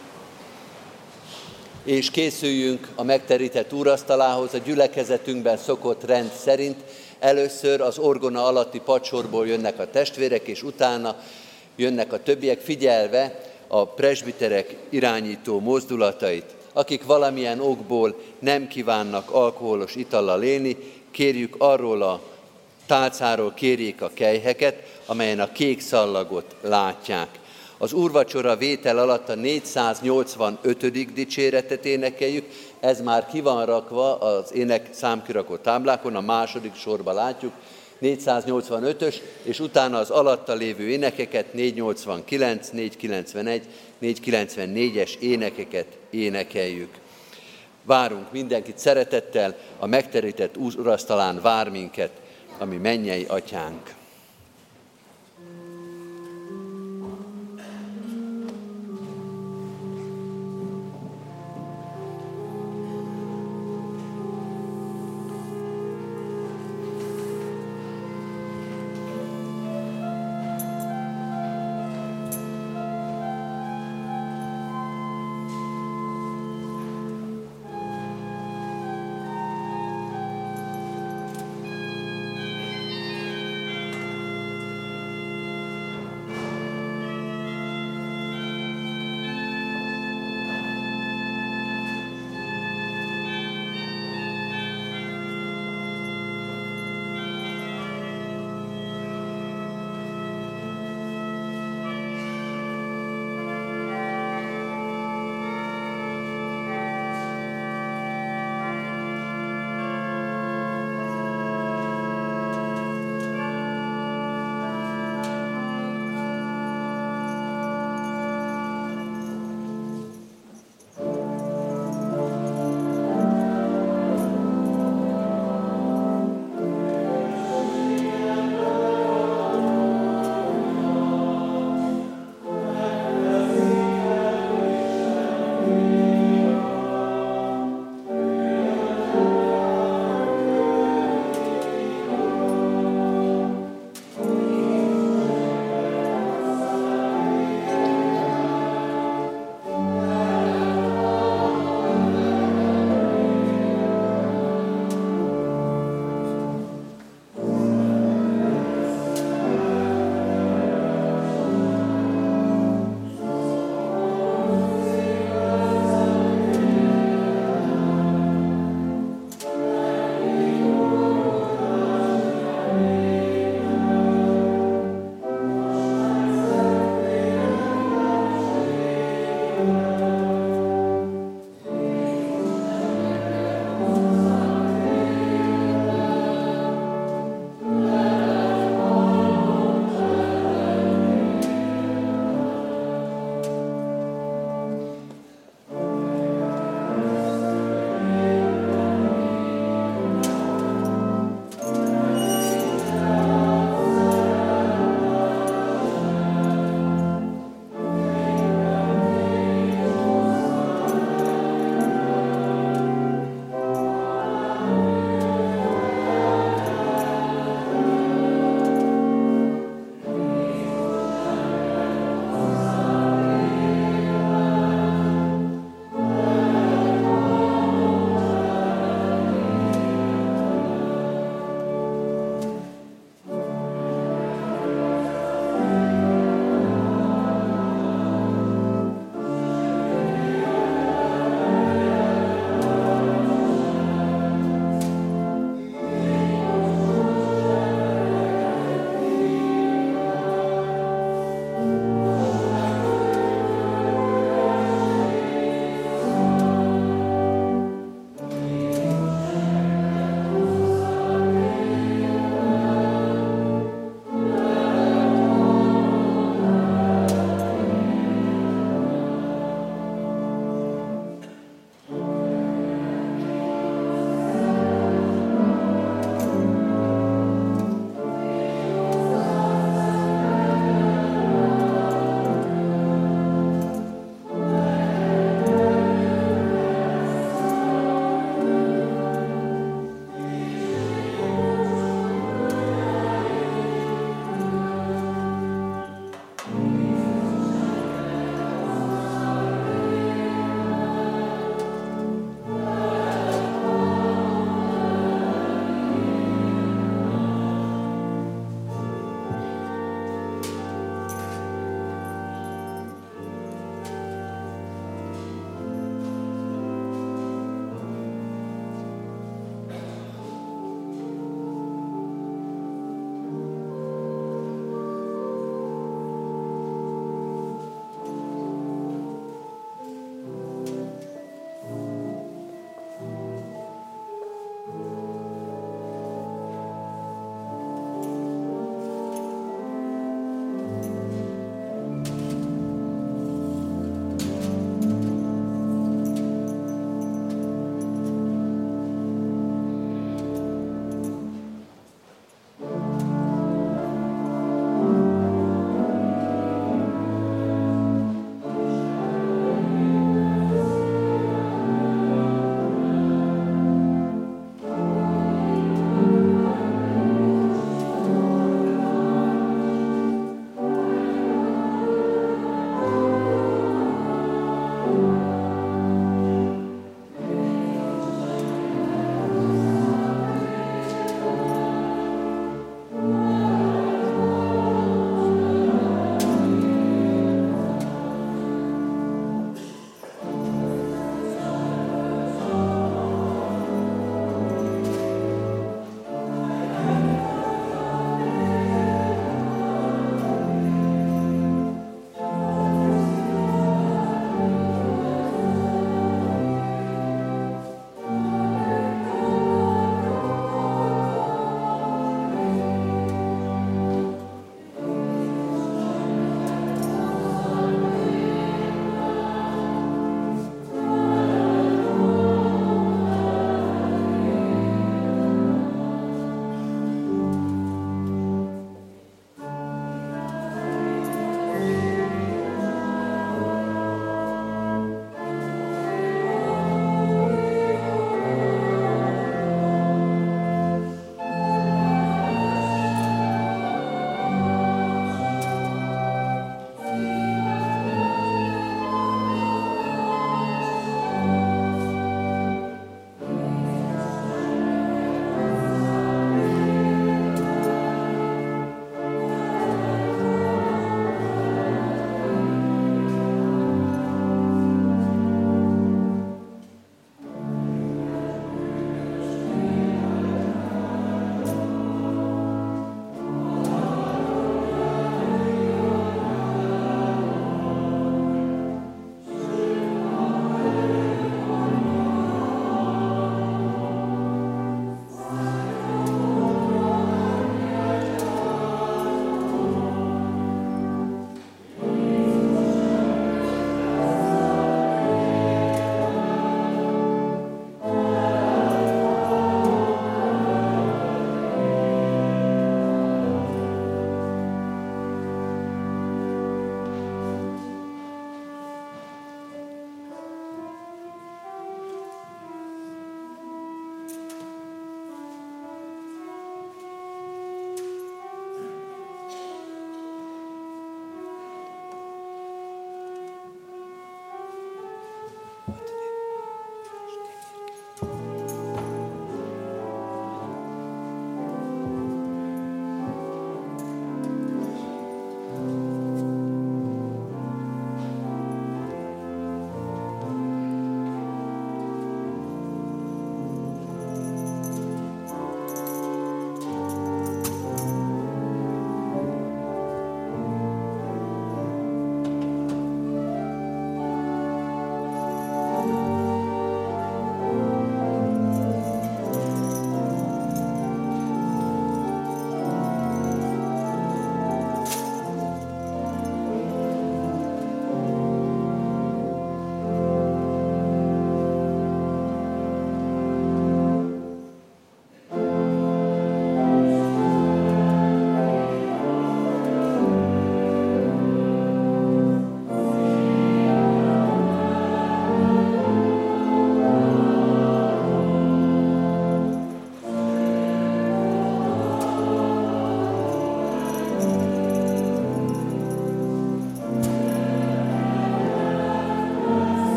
és készüljünk a megterített úrasztalához a gyülekezetünkben szokott rend szerint. Először az orgona alatti padsorból jönnek a testvérek, és utána jönnek a többiek, figyelve a presbiterek irányító mozdulatait. Akik valamilyen okból nem kívánnak alkoholos itallal élni, kérjük arról a tálcáról kérjék a kelyheket, amelyen a kék szallagot látják. Az úrvacsora vétel alatt a 485. dicséretet énekeljük, ez már ki van rakva az ének számkirakó táblákon, a második sorba látjuk, 485-ös, és utána az alatta lévő énekeket, 489, 491, 494-es énekeket énekeljük. Várunk mindenkit szeretettel, a megterített úrasztalán vár minket, ami mennyei atyánk.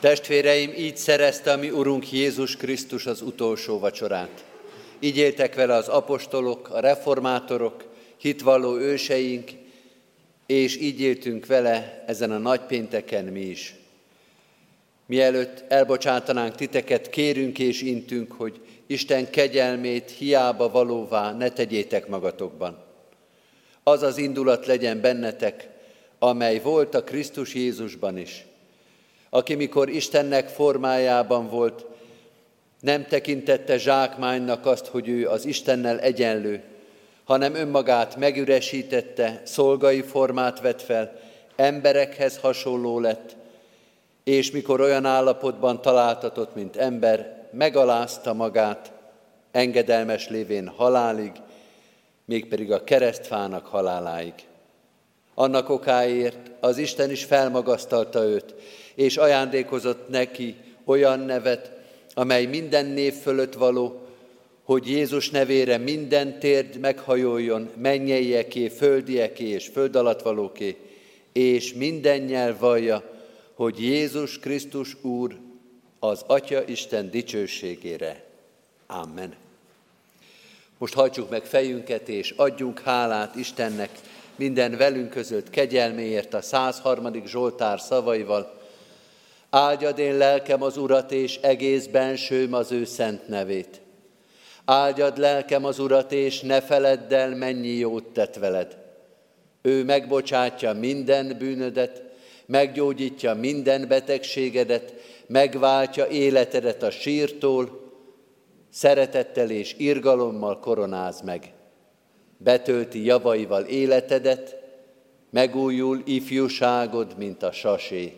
Testvéreim, így szerezte a mi Urunk Jézus Krisztus az utolsó vacsorát. Így éltek vele az apostolok, a reformátorok, hitvalló őseink, és így éltünk vele ezen a nagypénteken mi is. Mielőtt elbocsátanánk titeket, kérünk és intünk, hogy Isten kegyelmét hiába valóvá ne tegyétek magatokban. Az az indulat legyen bennetek, amely volt a Krisztus Jézusban is, aki mikor Istennek formájában volt, nem tekintette zsákmánynak azt, hogy ő az Istennel egyenlő, hanem önmagát megüresítette, szolgai formát vett fel, emberekhez hasonló lett, és mikor olyan állapotban találtatott, mint ember, megalázta magát, engedelmes lévén halálig, mégpedig a keresztfának haláláig. Annak okáért az Isten is felmagasztalta őt, és ajándékozott neki olyan nevet, amely minden név fölött való, hogy Jézus nevére minden térd meghajoljon, mennyeieké, földieké és föld alatt valóké, és minden nyelv vallja, hogy Jézus Krisztus Úr az Atya Isten dicsőségére. Amen. Most hajtsuk meg fejünket, és adjunk hálát Istennek minden velünk közölt kegyelméért a 103. Zsoltár szavaival. Áldjad én lelkem az Urat, és egész bensőm az ő szent nevét. Áldjad lelkem az Urat, és ne feledd el, mennyi jót tett veled. Ő megbocsátja minden bűnödet, meggyógyítja minden betegségedet, megváltja életedet a sírtól, szeretettel és irgalommal koronáz meg. Betölti javaival életedet, megújul ifjúságod, mint a sasé.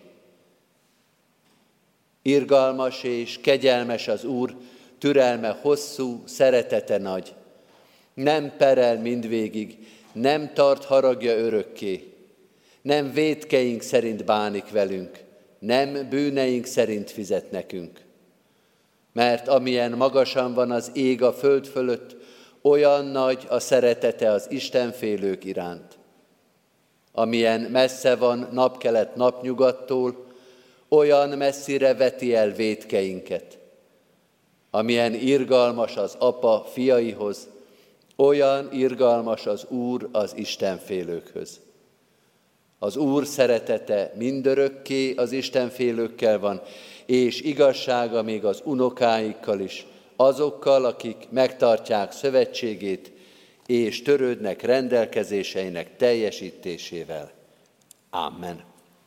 Irgalmas és kegyelmes az Úr, türelme hosszú, szeretete nagy. Nem perel mindvégig, nem tart haragja örökké. Nem vétkeink szerint bánik velünk, nem bűneink szerint fizet nekünk. Mert amilyen magasan van az ég a föld fölött, olyan nagy a szeretete az istenfélők iránt. Amilyen messze van napkelet napnyugattól, olyan messzire veti el vétkeinket. Amilyen irgalmas az apa fiaihoz, olyan irgalmas az Úr az istenfélőkhöz. Az Úr szeretete mindörökké az istenfélőkkel van, és igazsága még az unokáikkal is, azokkal, akik megtartják szövetségét, és törődnek rendelkezéseinek teljesítésével. Amen.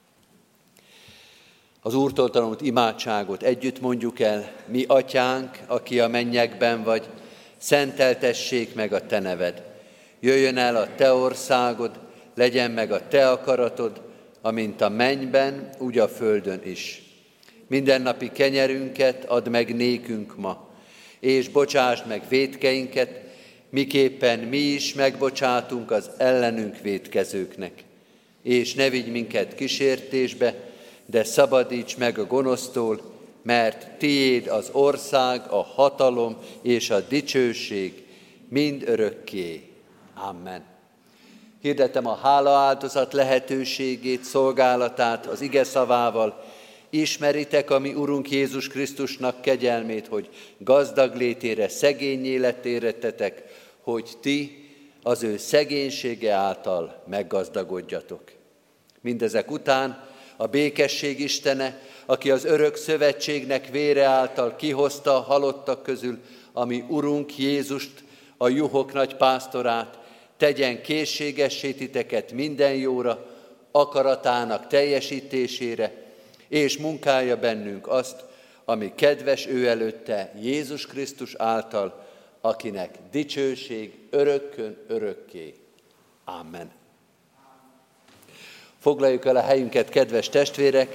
Az Úrtól tanult imádságot együtt mondjuk el: mi atyánk, aki a mennyekben vagy, szenteltessék meg a te neved. Jöjjön el a te országod, legyen meg a te akaratod, amint a mennyben, úgy a földön is. Mindennapi kenyerünket add meg nékünk ma, és bocsásd meg vétkeinket, miképpen mi is megbocsátunk az ellenünk vétkezőknek. És ne vigy minket kísértésbe, de szabadíts meg a gonosztól, mert tiéd az ország, a hatalom és a dicsőség mind örökké. Amen. Hirdetem a hálaáldozat lehetőségét, szolgálatát az ige szavával. Ismeritek a mi Urunk Jézus Krisztusnak kegyelmét, hogy gazdag létére szegénnyé lettérettetek, hogy ti az ő szegénysége által meggazdagodjatok. Mindezek után a békesség Istene, aki az örök szövetségnek vére által kihozta a halottak közül a mi Urunk Jézust, a juhok nagy pásztorát, tegyen készségessé titeket minden jóra, akaratának teljesítésére, és munkálja bennünk azt, ami kedves ő előtte, Jézus Krisztus által, akinek dicsőség örökkön örökké. Amen. Foglaljuk el a helyünket, kedves testvérek,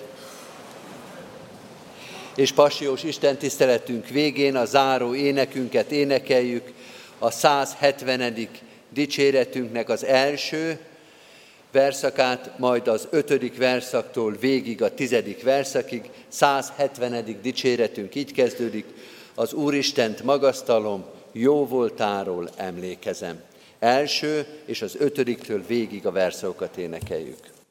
és passiós istentiszteletünk végén a záró énekünket énekeljük, a 170. dicséretünknek az első verszakát, majd az 5. verszaktól végig a 10. verszakig, 170. dicséretünk így kezdődik: az Úristent magasztalom, jó voltáról emlékezem. Első és az 5-től végig a verszakokat énekeljük.